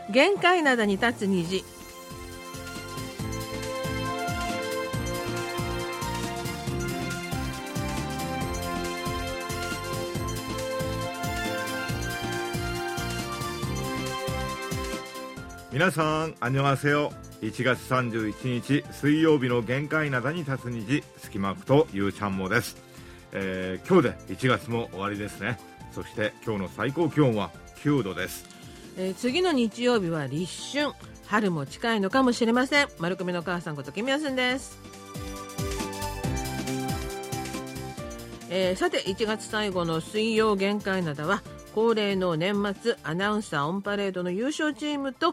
限界灘に立つ虹。 皆さん、안녕하세요。1月31日水曜日の限界灘に立つ虹、隙間くとゆうちゃんもです。今日で1月も終わりですね。そして今日の最高気温は9度です。 次の日曜日は立春、春も近いのかもしれません。丸組の母さんことキミヤスンです。さて1月最後の水曜限界灘は恒例の年末アナウンサーオンパレードの優勝チームと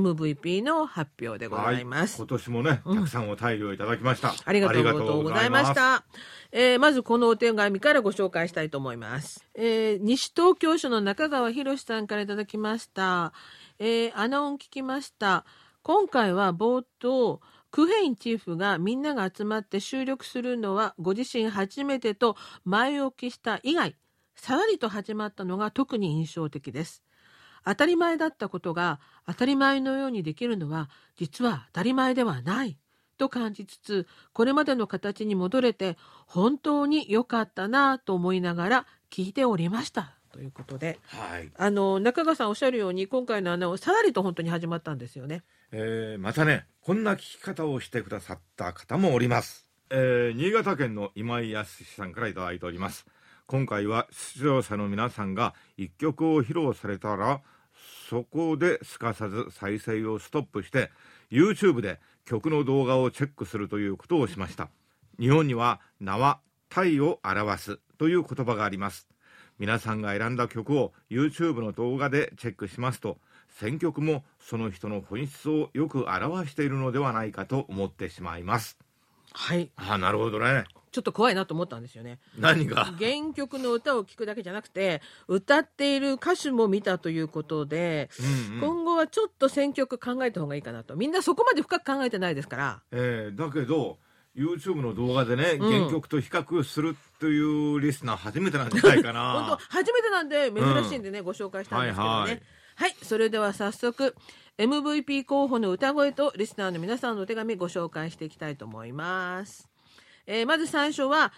MVP の発表でございます。 今年もね、たくさんお便りをいただきました。 ありがとうございました。まずこのお手紙からご紹介したいと思います。西東京署の中川博さんからいただきました。アナオン聞きました。今回は冒頭クヘインチーフがみんなが集まって収録するのはご自身初めてと前置きした以外、さらりと始まったのが特に印象的です。当たり前だったことが当たり前のようにできるのは実は当たり前ではないと感じつつ、これまでの形に戻れて本当に良かったなと思いながら聞いておりましたということで、 はい、 中川さんおっしゃるように今回の穴をさらりと本当に始まったんですよね。 またね、こんな聞き方をしてくださった方もおります。新潟県の今井康さんからいただいております。今回は出場者の皆さんが一曲を披露されたら、そこですかさず再生をストップして YouTube で曲の動画をチェックするということをしました。日本には名は体を表すという言葉があります。皆さんが選んだ曲を YouTube の動画でチェックしますと、選曲もその人の本質をよく表しているのではないかと思ってしまいます。 はい。 なるほどね。 ちょっと怖いなと思ったんですよね。 何が？ 原曲の歌を聴くだけじゃなくて歌っている歌手も見たということで、今後はちょっと選曲考えた方がいいかなと。みんなそこまで深く考えてないですから。 だけど YouTube の動画でね、原曲と比較するというリスナー初めてなんじゃないかな。 本当初めてなんで珍しいんでね、ご紹介したんですけどね。はい、それでは早速 MVP 候補の歌声とリスナーの皆さんのお手紙ご紹介していきたいと思います。まず最初は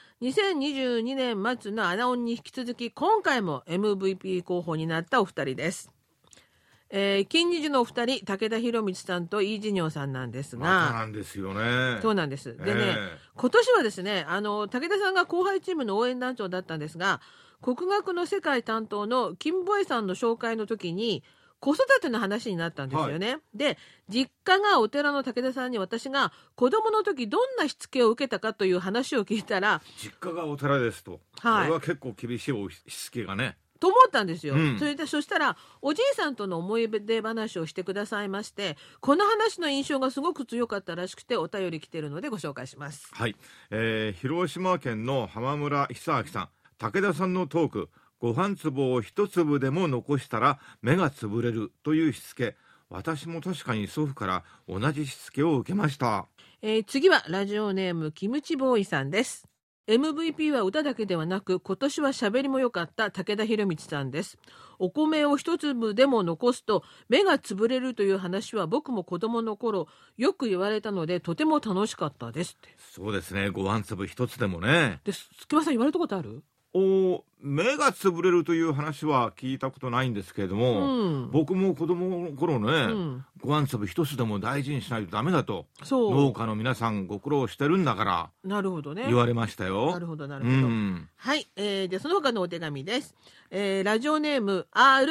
2022年末のアナオンに引き続き今回も MVP 候補になったお二人です。金日のお二人、武田博光さんとイ・ジニョンさんなんですが、 またなんですよね。 そうなんです。でね、今年はですね、武田さんが後輩チームの応援団長だったんですが、国学の世界担当の金ボエさんの紹介の時に子育ての話になったんですよね。はい、で、実家がお寺の武田さんに私が子供の時どんなしつけを受けたかという話を聞いたら、 実家がお寺ですと、はい、これは結構厳しいしつけがねと思ったんですよ。そしたらおじいさんとの思い出話をしてくださいまして、この話の印象がすごく強かったらしくてお便り来てるのでご紹介します。 はい、広島県の浜村久明さん、武田さんのトーク、ご飯粒を一粒でも残したら目がつぶれるというしつけ、私も確かに祖父から同じしつけを受けました。 次はラジオネームキムチボーイさんです。MVP は歌だけではなく今年は喋りも良かった武田博光さんです。お米を一粒でも残すと目がつぶれるという話は僕も子供の頃よく言われたのでとても楽しかったですって。 そうですね、ご飯粒一つでもね。 隙間さん言われたことある？ 目がつぶれるという話は聞いたことないんですけれども、僕も子供の頃ね、ご飯粒一つでも大事にしないとダメだと、農家の皆さんご苦労してるんだからなるほどね、 言われましたよ。 なるほど、はい、でその他のお手紙です。ラジオネーム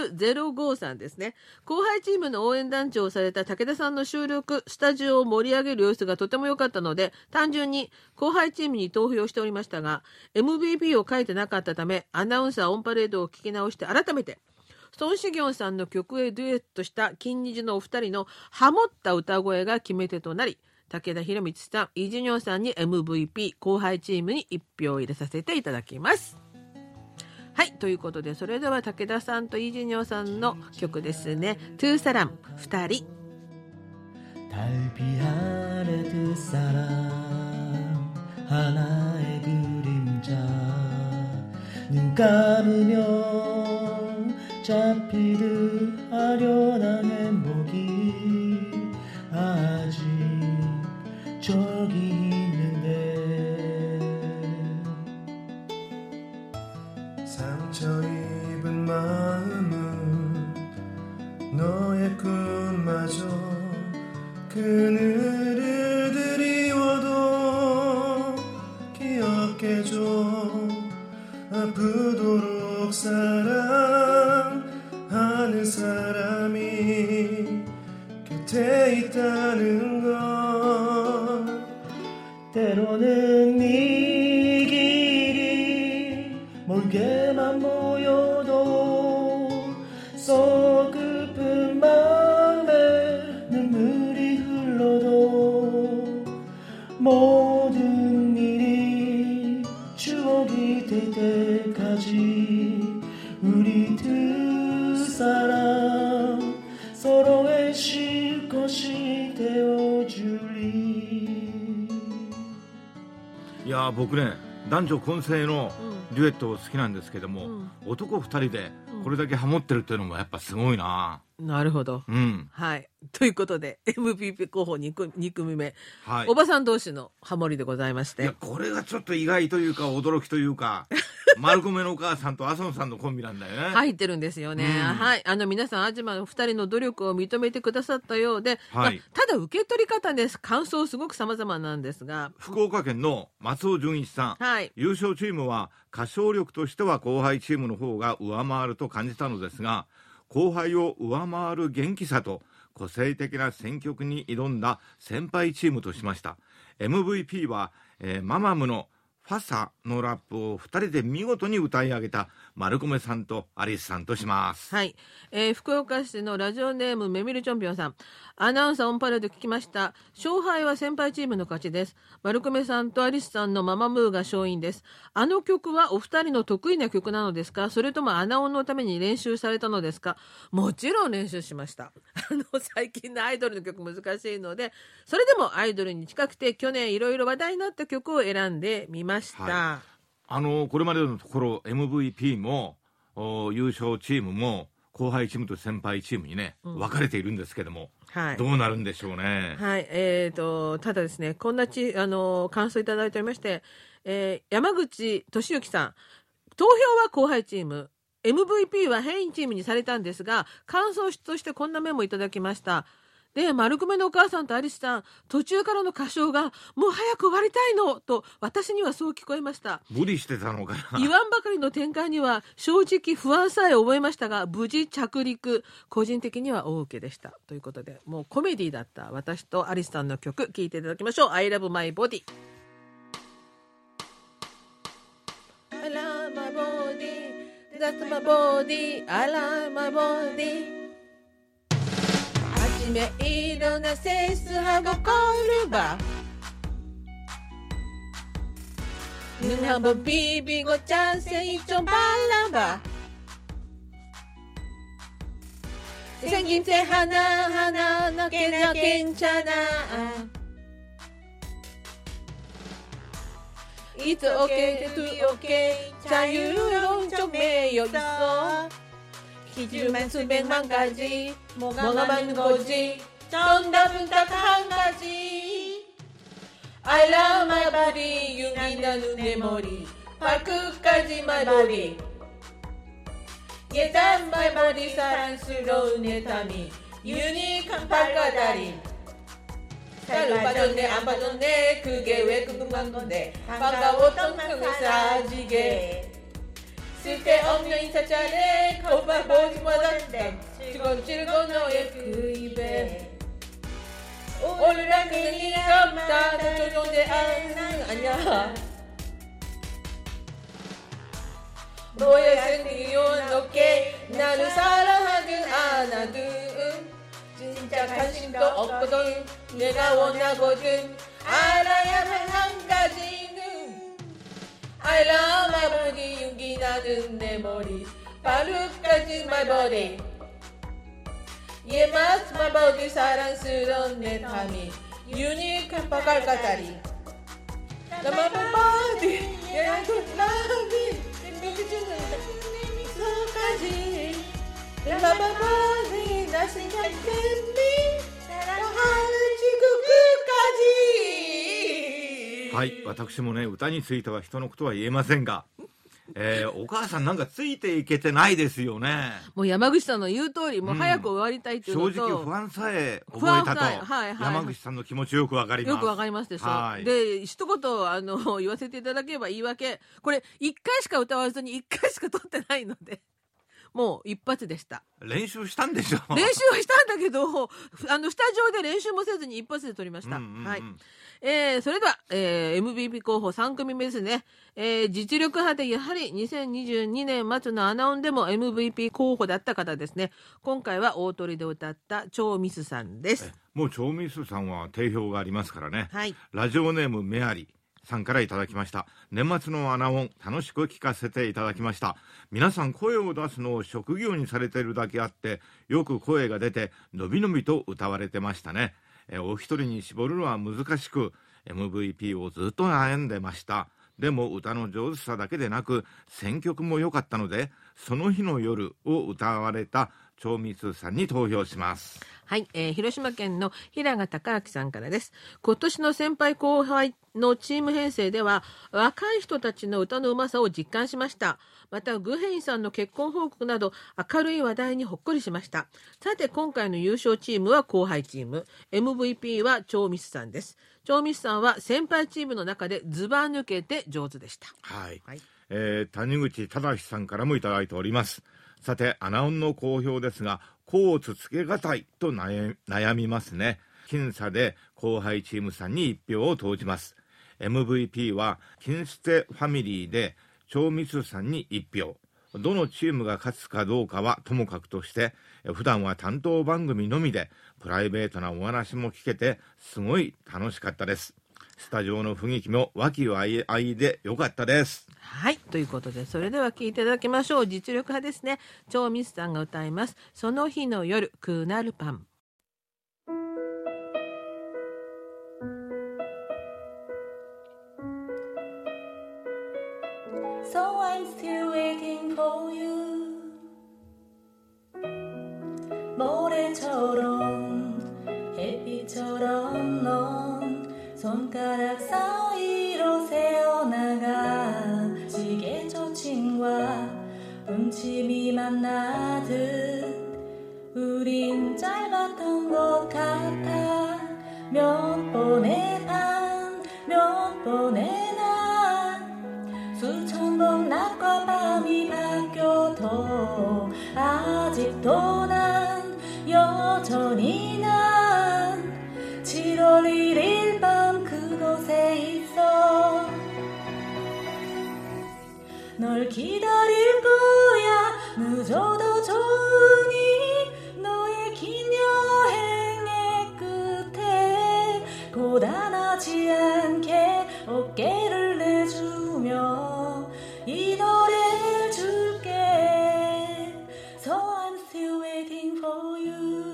R05 さんですね。後輩チームの応援団長をされた武田さんの収録スタジオを盛り上げる様子がとても良かったので単純に後輩チームに投票しておりましたが MVP を書いてなかったためアナウンサーオンパレードを聞き直して改めて孫子行さんの曲へデュエットした金日のお二人のハモった歌声が決め手となり、武田博光さん、イ・ジュニョンさんに MVP 後輩チームに1票入れさせていただきます。はい、ということでそれでは武田さんとイ・ジュニョンさんの曲ですね。トゥーサラム二人。 달빛아래 두 사람 하나의 그림자 눈 감으면 잡히듯 아련한 행복이 계절 앞으도록 사랑하는 사람이 곁에 있다는 것 때로는 네 길이 멀게만 보여도 서글픈 맘에 눈물이 흘러도 모든 일이 추억이 될 때까지 우리 두 사람 서로의 쉴 것이 되어주리. いやー僕ね男女混成のデュエット好きなんですけども、男2人でこれだけハモってるっていうのもやっぱすごいな。 なるほど、はい。ということで MVP 候補2組目、はい、おばさん同士のハモリでございまして、 いやこれがちょっと意外というか驚きというか丸米のお母さんと麻生さんのコンビなんだよね。 入ってるんですよね、はい。皆さん東の2人の努力を認めてくださったようで、はい。ただ受け取り方です感想すごく様々なんですが、 福岡県の松尾純一さん、はい、優勝チームは歌唱力としては後輩チームの方が上回ると感じたのですが、後輩を上回る元気さと個性的な選曲に挑んだ先輩チームとしました。 MVP は、ママムのファサのラップを2人で見事に歌い上げた丸米さんとアリスさんとします。 はい、福岡市のラジオネームメミルチョンピョンさん、アナウンサーオンパレード聞きました。勝敗は先輩チームの勝ちです。丸米さんとアリスさんのママムーが勝因です。あの曲はお二人の得意な曲なのですか、それともアナオンのために練習されたのですか。もちろん練習しました。最近のアイドルの曲難しいので、それでもアイドルに近くて去年いろいろ話題になった曲を選んでみました。はい、 これまでのところ MVP も優勝チームも後輩チームと先輩チームにね、分かれているんですけども、はい、どうなるんでしょうね。 はい、ただですね、こんな感想いただいておりまして、山口俊之さん、投票は後輩チーム、 MVP は変異チームにされたんですが、感想としてこんなメモいただきました。で、丸米のお母さんとアリスさん、途中からの歌唱がもう早く終わりたいのと私にはそう聞こえました。 無理してたのかな。 言わんばかりの展開には正直不安さえ覚えましたが、無事着陸、個人的には大受けでしたということで、もうコメディだった私とアリスさんの曲聴いていただきましょう。 I love my body。 I love my body That's my body I love my body。メイドなセンスはがこれば눈 한번 비비고 자세히 좀 발라봐 생김새 하나하나 나 괜찮아 It's okay to be okay 자유로운 쪽 매여 있어 기준만 수백만 가지 뭐가 맞는 거지 정답은 딱 한 가지 I love my body 윤기 나는 내 머리 발끝까지 my body 예단 my body 사랑스러운 내 땀이 유니크한 발가다리 잘 봐줬네 안 봐줬네 그게 왜 궁금한 건데 반가웠던 평을 사지게 쓸데없는 인사 잘해 거봐 보지 못한데 즐거운 너의 그 입에 오늘은 괜히 없다 너 조종대 아니야 너의 생기온 어깨 나를 사랑하진 않아든 진짜 관심도 없거든 내가 원하거든 알아야만 한 가지는 I love my body 윤기 나는 내 머리 발끝까지 my body Yeah that's my body 사랑스러운 내 탐이 유니크한 발가다리 나 my body Yeah I could love it 느껴주는 미소까지 나 my body 나 생각했니 사랑하는 지구 끝까지。 はい、私もね歌については人のことは言えませんがお母さんなんかついていけてないですよね。 もう山口さんの言う通り、もう早く終わりたいっていうのと、 正直不安さえ覚えたと、 はい山口さんの気持ちよくわかります。 よくわかりますでしょ。 はい、 で一言言わせていただければ言い訳、これ1回しか歌わずに1回しか撮ってないのでもう一発でした。 練習したんでしょ。 練習はしたんだけどスタジオで練習もせずに一発で撮りました。はい。それでは、MVP 候補3組目ですね。実力派でやはり2022年末のアナウンでも MVP 候補だった方ですね。今回は大鳥で歌ったチョーミスさんです。 もうチョーミスさんは定評がありますからね。 はい。 ラジオネームメアリさんからいただきました。年末のアナウン楽しく聞かせていただきました。皆さん声を出すのを職業にされているだけあってよく声が出てのびのびと歌われてましたね。お一人に絞るのは難しく MVP をずっと悩んでました。でも歌の上手さだけでなく選曲も良かったのでその日の夜を歌われたチョーミスさんに投票します。 はい、広島県の平賀孝明さんからです。今年の先輩後輩のチーム編成では若い人たちの歌のうまさを実感しました。またグヘインさんの結婚報告など明るい話題にほっこりしました。さて今回の優勝チームは後輩チーム、 MVP はチョーミスさんです。チョーミスさんは先輩チームの中でズバ抜けて上手でした。 はい、はい。谷口忠さんからもいただいております。さてアナウンの好評ですが甲乙つけがたいと悩みますね。僅差で後輩チームさんに1票を投じます。 MVP は金ステファミリーでチョーミスさんに1票。どのチームが勝つかどうかはともかくとして普段は担当番組のみでプライベートなお話も聞けてすごい楽しかったです。スタジオの雰囲気も和気あいあいでよかったです。 はい、ということでそれでは聴いていただきましょう。実力派ですね。チョーミスさんが歌いますその日の夜クーナルパン。 So I'm still waiting for you. 모래처럼 햇빛처럼 넌 손가락 사이로 새어나가 지게초침과 분침이 만나듯 우린 짧았던 것 같아. 몇 번의 밤 몇 번의 낮 수천 번 낮과 밤이 바뀌어도 아직도 난 여전히 난 7월 1일 밤 그곳에 있어. 널 기다릴 거야. 늦어도 좋으니 너의 긴 여행의 끝에 고단하지 않게 어깨를 내주며 이 노래를 줄게. So I'm still waiting for you.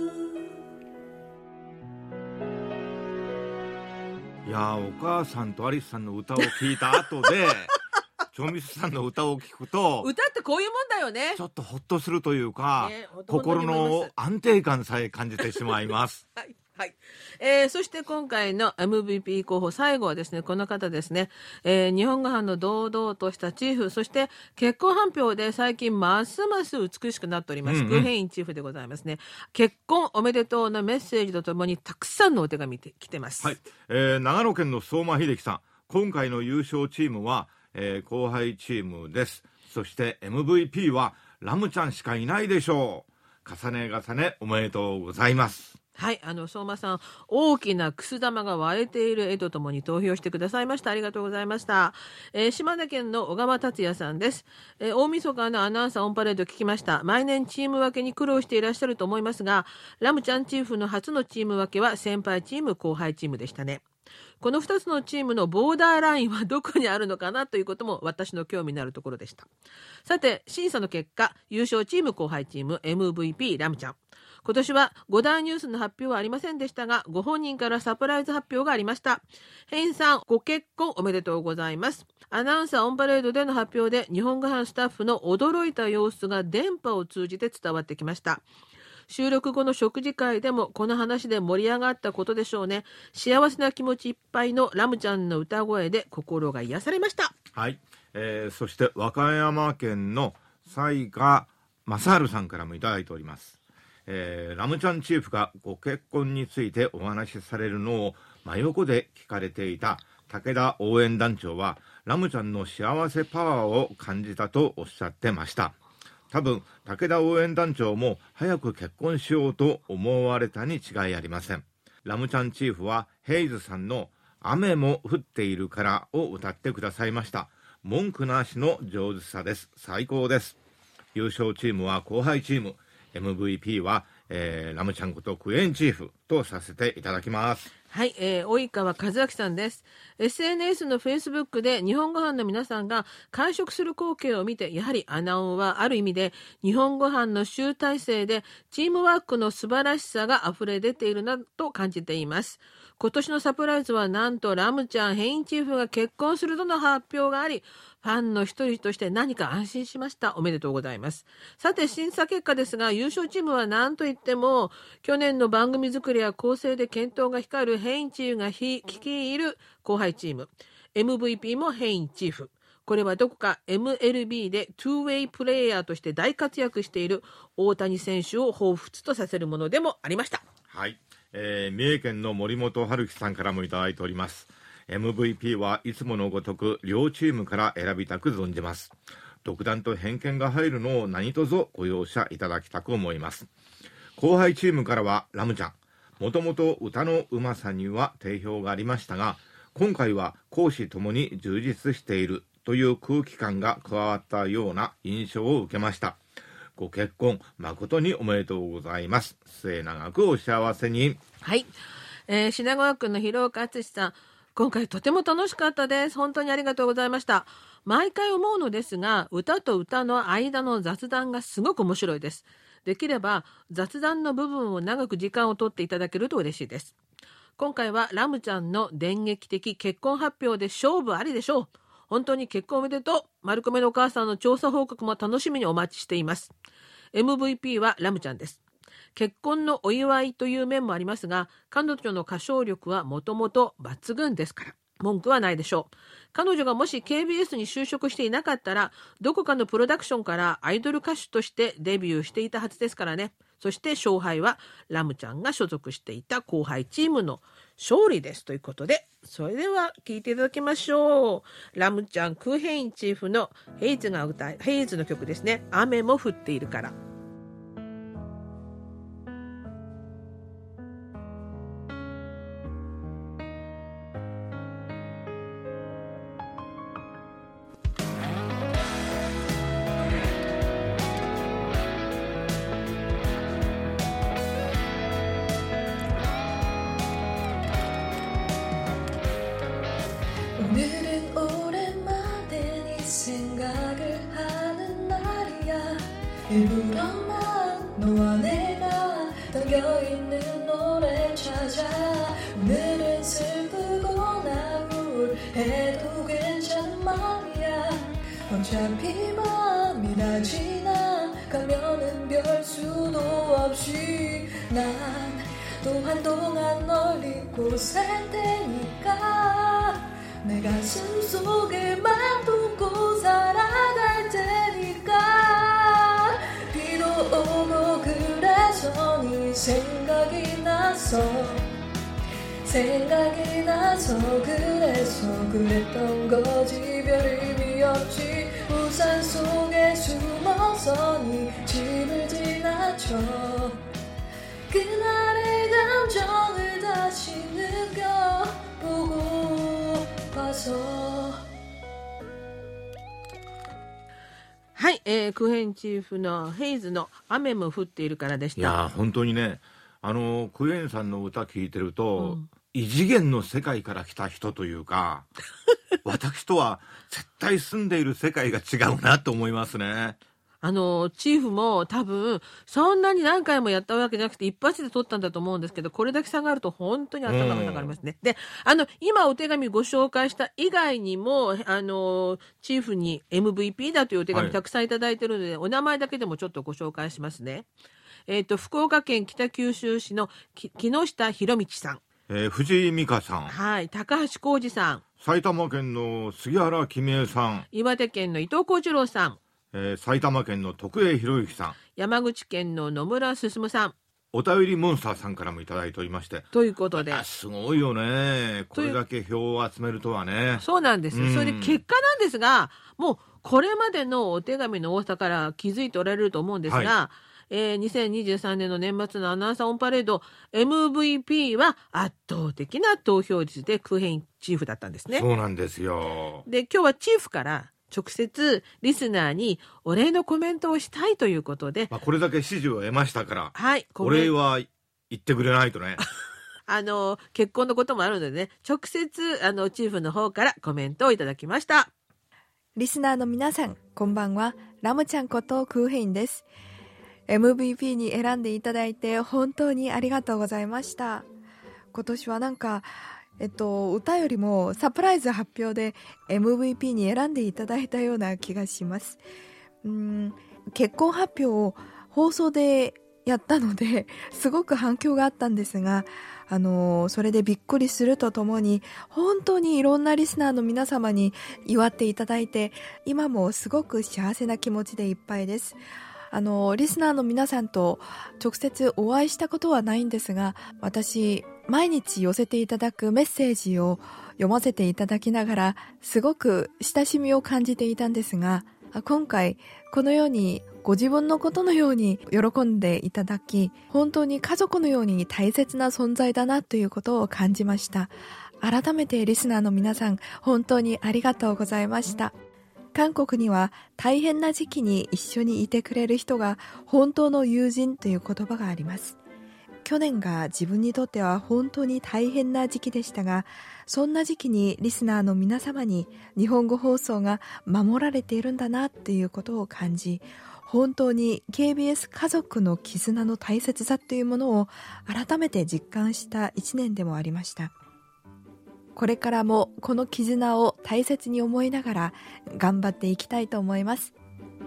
いやお母さんとアリスさんの歌を聴いた後でチョーミスさんの歌を聴くと歌ってこういうもんだよね。 ちょっとほっとするというか、心の安定感さえ感じてしまいますはいはい。そして今回の MVP 候補最後はですねこの方ですね、日本語版の堂々としたチーフ、そして結婚発表で最近ますます美しくなっております、グヘインチーフでございますね。結婚おめでとうのメッセージとともにたくさんのお手紙来てます。 はい。長野県の相馬秀樹さん、今回の優勝チームは、後輩チームです。そして MVP はラムちゃんしかいないでしょう。重ね重ねおめでとうございます。 はい、相馬さん大きなくす玉が割れている絵とともに投票してくださいました。ありがとうございました。島根県の小川達也さんです。大晦日のアナウンサーオンパレード聞きました。毎年チーム分けに苦労していらっしゃると思いますがラムちゃんチーフの初のチーム分けは先輩チーム後輩チームでしたね。この2つのチームのボーダーラインはどこにあるのかなということも私の興味のあるところでした。さて審査の結果、優勝チーム後輩チーム MVP ラムちゃん。今年は5大ニュースの発表はありませんでしたがご本人からサプライズ発表がありました。ヘインさんご結婚おめでとうございます。アナウンサーオンパレードでの発表で日本語版スタッフの驚いた様子が電波を通じて伝わってきました。収録後の食事会でもこの話で盛り上がったことでしょうね。幸せな気持ちいっぱいのラムちゃんの歌声で心が癒されました。 はい、そして和歌山県の雑賀正治さんからもいただいております。ラムちゃんチーフがご結婚についてお話しされるのを真横で聞かれていた武田応援団長は、ラムちゃんの幸せパワーを感じたとおっしゃってました。多分武田応援団長も早く結婚しようと思われたに違いありません。ラムちゃんチーフはヘイズさんの雨も降っているからを歌ってくださいました。文句なしの上手さです。最高です。優勝チームは後輩チーム、MVP は、ラムちゃんことクエンチーフとさせていただきます。 はい、及川和明さんです。SNS のフェイスブックで日本ご飯の皆さんが会食する光景を見て、やはりアナオンはある意味で日本ご飯の集大成でチームワークの素晴らしさが溢れ出ているなと感じています。今年のサプライズはなんとラムちゃん、ヘインチーフが結婚するとの発表があり、ファンの一人として何か安心しました。おめでとうございます。さて審査結果ですが、優勝チームは何といっても去年の番組作りや構成で健闘が光るヘインチーフが率いる後輩チーム、 MVP もヘインチーフ。これはどこか MLB で 2way プレイヤーとして大活躍している大谷選手を彷彿とさせるものでもありました。 はい、三重県の森本春樹さんからもいただいております。 MVP はいつものごとく両チームから選びたく存じます。独断と偏見が入るのを何卒ご容赦いただきたく思います。後輩チームからはラムちゃん、もともと歌のうまさには定評がありましたが、今回は公私ともに充実しているという空気感が加わったような印象を受けました。ご結婚誠におめでとうございます。末永くお幸せに。 はい、品川区の広岡敦さん、今回とても楽しかったです。本当にありがとうございました。毎回思うのですが、歌と歌の間の雑談がすごく面白いです。できれば雑談の部分を長く時間を取っていただけると嬉しいです。今回はラムちゃんの電撃的結婚発表で勝負ありでしょう。本当に結婚おめでとう。丸米のお母さんの調査報告も楽しみにお待ちしています。 MVP はラムちゃんです。結婚のお祝いという面もありますが、彼女の歌唱力はもともと抜群ですから文句はないでしょう。彼女がもし KBS に就職していなかったら、どこかのプロダクションからアイドル歌手としてデビューしていたはずですからね。そして勝敗はラムちゃんが所属していた後輩チームの勝利ですということで、それでは聴いていただきましょう。ラムちゃん、クーヘインチーフのヘイズが歌い、ヘイズの曲ですね。雨も降っているから。 오늘은 오랜만에 네 생각을 하는 날이야. 일부러만 너와 내가 담겨있는 노래 찾아. 오늘은 슬프거나 우울해도 괜찮은 말이야. 어차피 밤이라 지나가면은 별 수도 없이 난 또 한동안 널 잊고 살 테니까 내 가슴 속에 맘두고 살아갈 테니까. 비도 오고 그래서 네 생각이 나서 그래서 그랬던 거지. 별 의미 없지. 우산 속에 숨어서 네 집을 지나쳐 그날의 감정을 다시 느껴보고 봐서. はい、クーヘンチーフのヘイズの雨も降っているからでした。 いや本当にね、クエンさんの歌聴いてると、異次元の世界から来た人というか私とは絶対住んでいる世界が違うなと思いますね。 チーフも多分そんなに何回もやったわけじゃなくて一発で撮ったんだと思うんですけど、これだけ差があると本当に頭が下がりますね。で、今お手紙ご紹介した以外にもチーフに MVP だというお手紙たくさんいただいているので、お名前だけでもちょっとご紹介しますね。福岡県北九州市の木下博道さん、 藤井美香さん、 はい、高橋浩二さん、 埼玉県の杉原君江さん、 岩手県の伊藤幸次郎さん、 埼玉県の徳江博之さん、 山口県の野村進さん、 お便りモンスターさんからもいただいておりまして、 ということで、 すごいよね、これだけ票を集めるとはね。 そうなんです、それで結果なんですが、もうこれまでのお手紙の多さから気づいておられると思うんですが、2023年の年末のアナウンサーオンパレード MVP は圧倒的な投票率でクーヘインチーフだったんですね。 そうなんですよ。 で、今日はチーフから直接リスナーにお礼のコメントをしたいということで、 これだけ支持を得ましたから、 はい、 お礼は言ってくれないとね。 結婚のこともあるのでね、直接チーフの方からコメントをいただきました。 リスナーの皆さん、こんばんは。ラムちゃんことクーヘインです。MVP に選んでいただいて本当にありがとうございました。今年はなんか、歌よりもサプライズ発表で MVP に選んでいただいたような気がします。結婚発表を放送でやったのですごく反響があったんですが、それでびっくりするとともに本当にいろんなリスナーの皆様に祝っていただいて、今もすごく幸せな気持ちでいっぱいです。リスナーの皆さんと直接お会いしたことはないんですが、私毎日寄せていただくメッセージを読ませていただきながらすごく親しみを感じていたんですが、今回このようにご自分のことのように喜んでいただき、本当に家族のように大切な存在だなということを感じました。改めてリスナーの皆さん、本当にありがとうございました。韓国には大変な時期に一緒にいてくれる人が本当の友人という言葉があります。去年が自分にとっては本当に大変な時期でしたが、そんな時期にリスナーの皆様に日本語放送が守られているんだなっていうことを感じ、本当に KBS 家族の絆の大切さというものを改めて実感した一年でもありました。これからもこの絆を大切に思いながら頑張っていきたいと思います。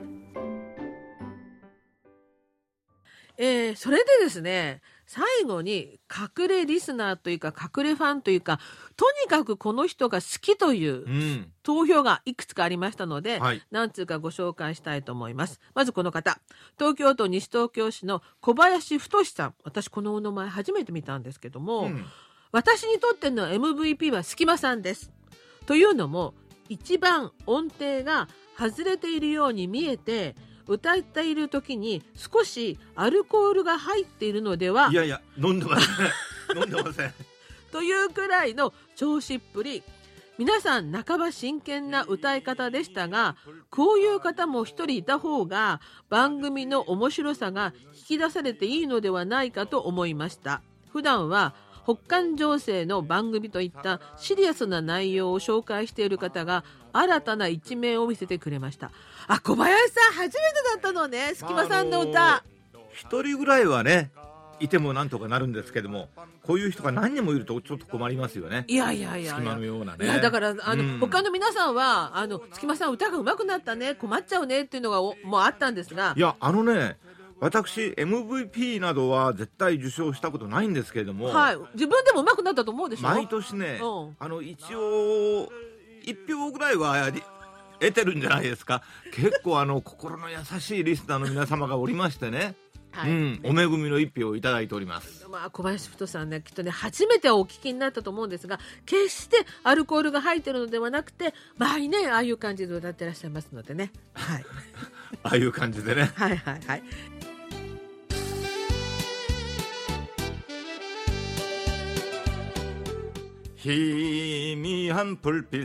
それでですね、最後に隠れリスナーというか隠れファンというか、とにかくこの人が好きという投票がいくつかありましたので、何通かご紹介したいと思います。まずこの方、東京都西東京市の小林太さん。私このお名前初めて見たんですけども、私にとっての MVP はスキマさんです。というのも、一番音程が外れているように見えて、歌っている時に少しアルコールが入っているのでは。 いやいや、飲んでません。飲んでません。 というくらいの調子っぷり。皆さん半ば真剣な歌い方でしたが、こういう方も一人いた方が番組の面白さが引き出されていいのではないかと思いました。普段は北韓情勢の番組といったシリアスな内容を紹介している方が新たな一面を見せてくれました。小林さん初めてだったのね、スキマさんの歌。 一人ぐらいはねいてもなんとかなるんですけども、こういう人が何人もいるとちょっと困りますよね。 いやいやいや、 スキマのようなね。 いやだから他の皆さんはスキマさん歌が上手くなったね、困っちゃうねっていうのがもうあったんですが、 いや私 MVP などは絶対受賞したことないんですけれども、 自分でも上手くなったと思うでしょ。 毎年ね、一応1票ぐらいは得てるんじゃないですか。結構心の優しいリスナーの皆様がおりましてね、お恵みの1票をいただいております。 小林太さんね、きっとね初めてお聞きになったと思うんですが、決してアルコールが入ってるのではなくて、前にねああいう感じで歌ってらっしゃいますのでね、 ああいう感じでね、희미한 불빛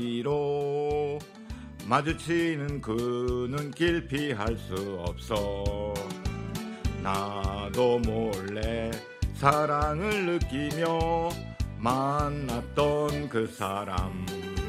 사이로 마주치는 그 눈길 피할 수 없어. 나도 몰래 사랑을 느끼며 만났던 그 사람.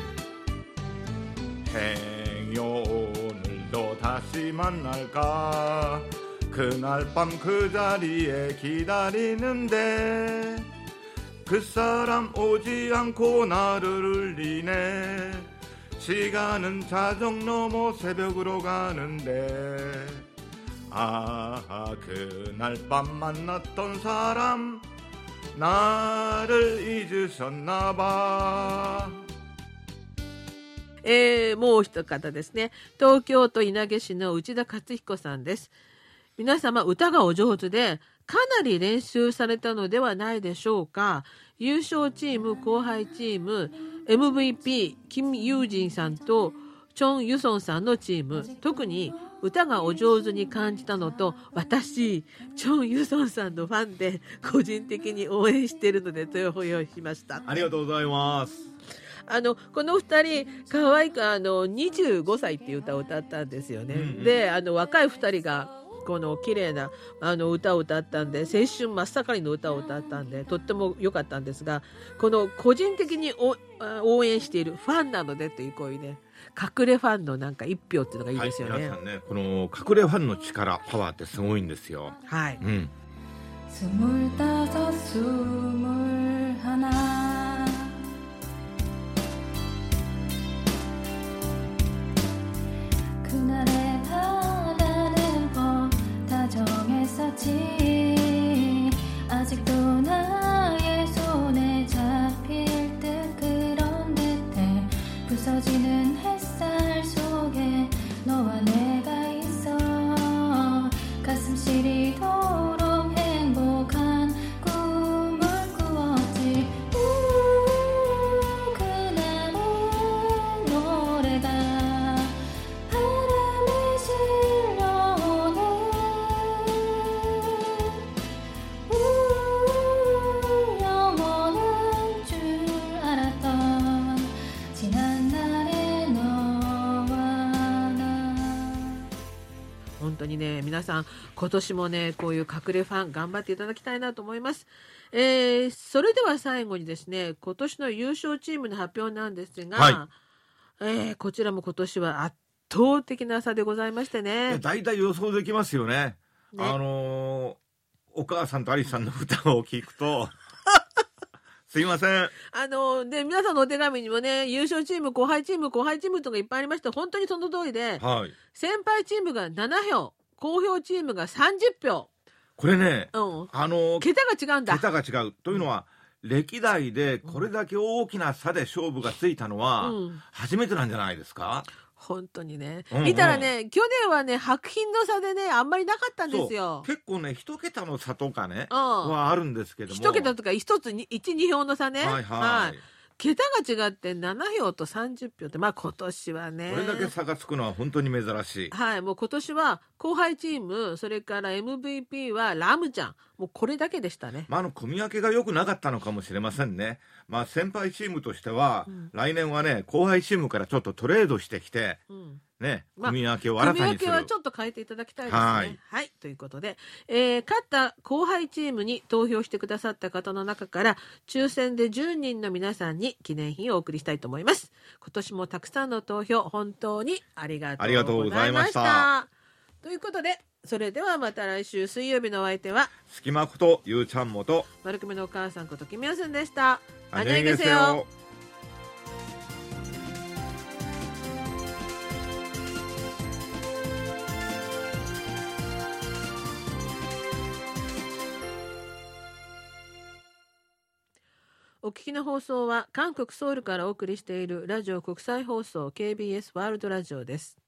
행여 오늘도 다시 만날까. 그날 밤 그 자리에 기다리는데 그 사람 오지 않고 나를 울리네. 시간은 자정 넘어 새벽으로 가는데 그날 밤 만났던 사람 나를 잊으셨나 봐。 もう一方ですね。東京都稲毛市の内田勝彦さんです。皆様歌がお上手でかなり練習されたのではないでしょうか。優勝チーム、後輩チーム、MVP 金友仁さんとチョン・ユソンさんのチーム、特に歌がお上手に感じたのと、私チョン・ユソンさんのファンで個人的に応援しているので投票しました。 ありがとうございます。 この2人可愛く25歳っていう歌を歌ったんですよね、で若い2人がこの綺麗な歌を歌ったんで、青春真っ盛りの歌を歌ったんでとっても良かったんですが、この個人的に応援しているファンなのでというこういうね、隠れファンのなんか一票っていうのがいいですよね。 皆さんね、この隠れファンの力、パワーってすごいんですよ。 はい、 아직도 나의 손에 잡힐 듯 그런 듯해. 부서지는 햇살 속에 너와 내가 있어. 가슴 시리도록 행복한 꿈을 꾸었지. 그날의 노래가 바람에 실려오네. 영원한 줄 알았던 지난 날의 너와 나. 本当にね、皆さん今年もねこういう隠れファン頑張っていただきたいなと思います。それでは最後にですね、今年の優勝チームの発表なんですが、こちらも今年は圧倒的な差でございましてね。 だいたい予想できますよね。お母さんとアリスさんの歌を聞くとすいません。 で皆さんのお手紙にもね、優勝チーム後輩チームとかいっぱいありまして、本当にその通りで、先輩チームが7票、後票チームが30票。 これね、 桁が違うんだ。 桁が違うというのは、歴代でこれだけ大きな差で勝負がついたのは初めてなんじゃないですか。 本当にね、見たらね、去年はね白品の差でねあんまりなかったんですよ。 結構ね一桁の差とかね、はあるんですけども、 一桁とか一つに 1,2 票の差ね、桁が違って7票と30票って、まあ今年はねこれだけ差がつくのは本当に珍しい。 もう今年は後輩チーム、それから MVP はラムちゃん、もうこれだけでしたね。 組み分けが良くなかったのかもしれませんね。先輩チームとしては、来年はね後輩チームからちょっとトレードしてきて、ね、組み分けを新たにする。 組み分けはちょっと変えていただきたいですね。はい、ということで、勝った後輩チームに投票してくださった方の中から抽選で10人の皆さんに記念品をお送りしたいと思います。今年もたくさんの投票本当にありがとうございました。ということで、それではまた来週水曜日のお相手はすきまことゆうちゃんもと丸組のお母さんことキミヤスンでした。 あにゃいげせよ。 お聞きの放送は韓国ソウルからお送りしているラジオ国際放送 KBS ワールドラジオです。